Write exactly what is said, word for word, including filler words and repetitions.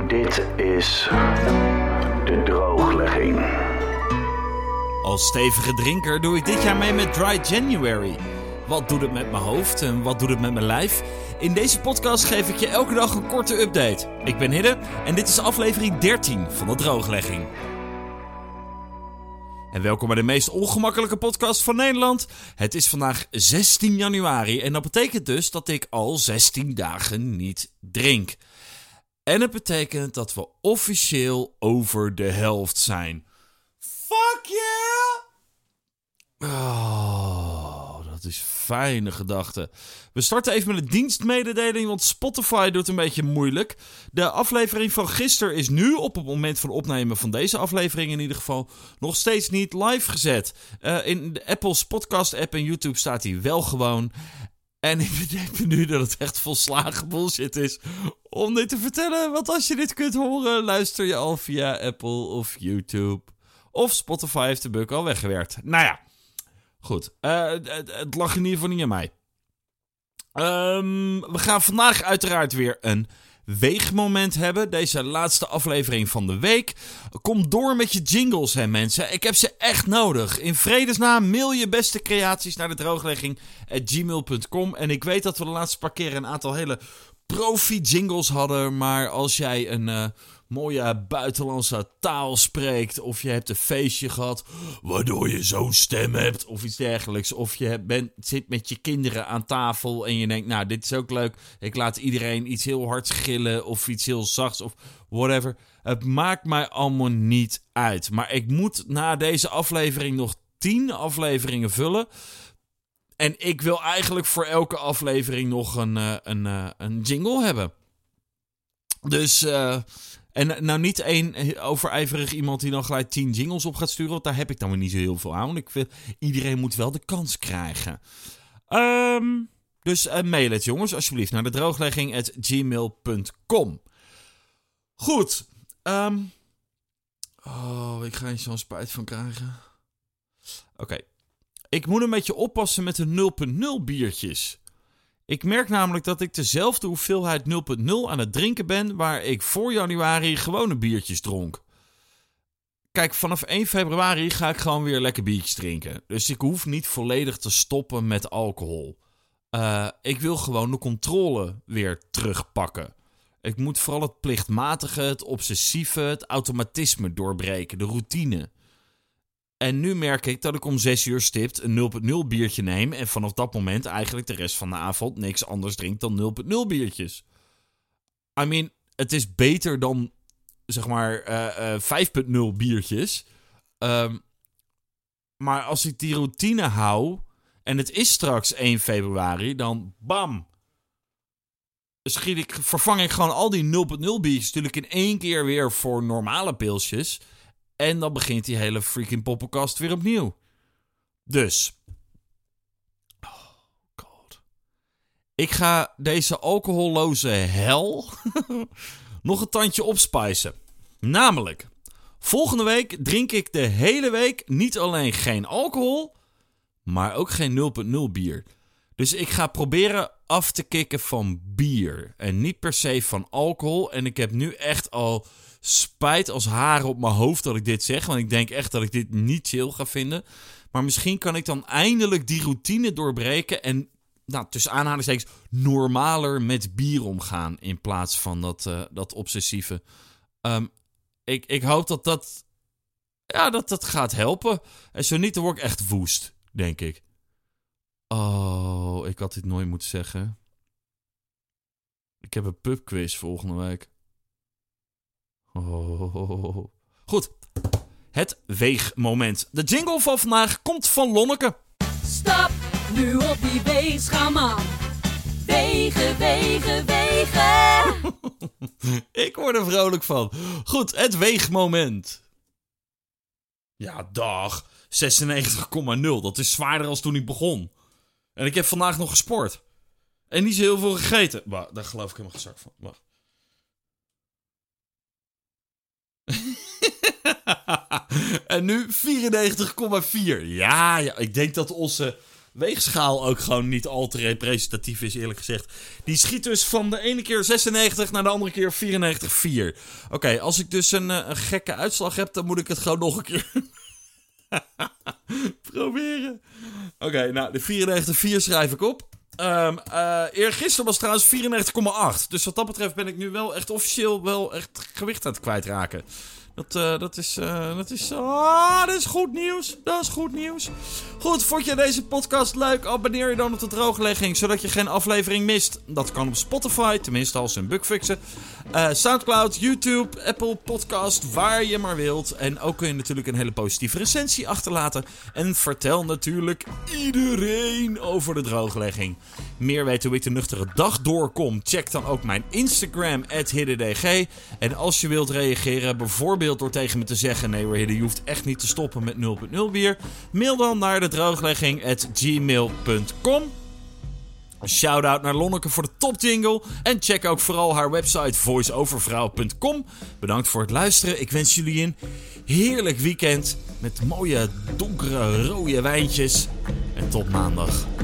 Dit is de drooglegging. Als stevige drinker doe ik dit jaar mee met Dry January. Wat doet het met mijn hoofd en wat doet het met mijn lijf? In deze podcast geef ik je elke dag een korte update. Ik ben Hidde en dit is aflevering dertien van de drooglegging. En welkom bij de meest ongemakkelijke podcast van Nederland. Het is vandaag zestien januari en dat betekent dus dat ik al zestien dagen niet drink. En het betekent dat we officieel over de helft zijn. Fuck yeah! Oh, dat is fijne gedachte. We starten even met een dienstmededeling, want Spotify doet een beetje moeilijk. De aflevering van gisteren is nu, op het moment van opnemen van deze aflevering in ieder geval, nog steeds niet live gezet. Uh, in de Apple's podcast app en YouTube staat hij wel gewoon. En ik bedenk me nu dat het echt volslagen bullshit is om dit te vertellen. Want als je dit kunt horen, luister je al via Apple of YouTube. Of Spotify heeft de bug al weggewerkt. Nou ja, goed. Uh, het, het lag in ieder geval niet aan mij. Um, we gaan vandaag uiteraard weer een weegmoment hebben. Deze laatste aflevering van de week. Kom door met je jingles, hè mensen. Ik heb ze echt nodig. In vredesnaam mail je beste creaties naar de drooglegging at gmail dot com. En ik weet dat we de laatste paar keer een aantal hele profi jingles hadden. Maar als jij een uh, mooie buitenlandse taal spreekt, of je hebt een feestje gehad waardoor je zo'n stem hebt, of iets dergelijks, of je bent, zit met je kinderen aan tafel en je denkt, nou, dit is ook leuk, ik laat iedereen iets heel hards gillen, of iets heel zachts, of whatever. Het maakt mij allemaal niet uit. Maar ik moet na deze aflevering nog tien afleveringen vullen. En ik wil eigenlijk voor elke aflevering nog een, uh, een, uh, een jingle hebben. Dus, uh, en nou niet één overijverig iemand die dan gelijk tien jingles op gaat sturen. Want daar heb ik dan weer niet zo heel veel aan. Want ik wil, iedereen moet wel de kans krijgen. Um, dus uh, mail het jongens, alsjeblieft, naar de drooglegging at gmail dot com. Goed. Um, oh, ik ga hier zo'n spijt van krijgen. Oké. Okay. Ik moet een beetje oppassen met de nul punt nul biertjes. Ik merk namelijk dat ik dezelfde hoeveelheid nul punt nul aan het drinken ben waar ik voor januari gewone biertjes dronk. Kijk, vanaf één februari ga ik gewoon weer lekker biertjes drinken. Dus ik hoef niet volledig te stoppen met alcohol. Uh, ik wil gewoon de controle weer terugpakken. Ik moet vooral het plichtmatige, het obsessieve, het automatisme doorbreken, de routine. En nu merk ik dat ik om zes uur stipt een nul punt nul biertje neem en vanaf dat moment eigenlijk de rest van de avond niks anders drink dan nul punt nul biertjes. I mean, het is beter dan, zeg maar, uh, uh, vijf punt nul biertjes. Um, maar als ik die routine hou en het is straks één februari, dan bam! Schiet ik, vervang ik gewoon al die nul punt nul biertjes natuurlijk in één keer weer voor normale pilsjes. En dan begint die hele freaking poppenkast weer opnieuw. Dus. Oh god. Ik ga deze alcoholloze hel nog een tandje opspicen. Namelijk, volgende week drink ik de hele week niet alleen geen alcohol, maar ook geen nul punt nul bier. Dus ik ga proberen af te kicken van bier en niet per se van alcohol. En ik heb nu echt al spijt als haren op mijn hoofd dat ik dit zeg, want ik denk echt dat ik dit niet chill ga vinden. Maar misschien kan ik dan eindelijk die routine doorbreken en, nou, tussen aanhalingstekens, normaler met bier omgaan in plaats van dat, uh, dat obsessieve. Um, ik, ik hoop dat dat, ja, dat dat gaat helpen. En zo niet, dan word ik echt woest, denk ik. Oh, ik had dit nooit moeten zeggen. Ik heb een pubquiz volgende week. Oh. Goed, het weegmoment. De jingle van vandaag komt van Lonneke. Stap nu op die weegschaal. Wegen, wegen, wegen. Ik word er vrolijk van. Goed, het weegmoment. Ja, dag. zesennegentig komma nul. Dat is zwaarder als toen ik begon. En ik heb vandaag nog gesport. En niet zo heel veel gegeten. Wacht, daar geloof ik helemaal geen zak van. Wacht. En nu vierennegentig komma vier. Ja, ja, ik denk dat onze weegschaal ook gewoon niet al te representatief is, eerlijk gezegd. Die schiet dus van de ene keer zesennegentig naar de andere keer vierennegentig komma vier. Oké, okay, als ik dus een, een gekke uitslag heb, dan moet ik het gewoon nog een keer proberen. Oké, okay, nou, de vierennegentig komma vier schrijf ik op. Um, uh, eergisteren was trouwens vierennegentig komma acht. Dus wat dat betreft ben ik nu wel echt officieel wel echt gewicht aan het kwijtraken. Dat, uh, dat is, uh, dat is, ah, dat is goed nieuws. Dat is goed nieuws. Goed, vond je deze podcast leuk? Abonneer je dan op de drooglegging, zodat je geen aflevering mist. Dat kan op Spotify, tenminste als ze een bug fixen. Uh, Soundcloud, YouTube, Apple Podcast, waar je maar wilt. En ook kun je natuurlijk een hele positieve recensie achterlaten. En vertel natuurlijk iedereen over de drooglegging. Meer weten hoe ik de nuchtere dag doorkom? Check dan ook mijn Instagram, at hiddedg. En als je wilt reageren, bijvoorbeeld door tegen me te zeggen: nee hoor, Hidde, je hoeft echt niet te stoppen met nul punt nul bier. Mail dan naar de drooglegging at gmail punt com. Een shout-out naar Lonneke voor de topjingle. En check ook vooral haar website voice over vrouw punt com. Bedankt voor het luisteren. Ik wens jullie een heerlijk weekend met mooie donkere rode wijntjes. En tot maandag.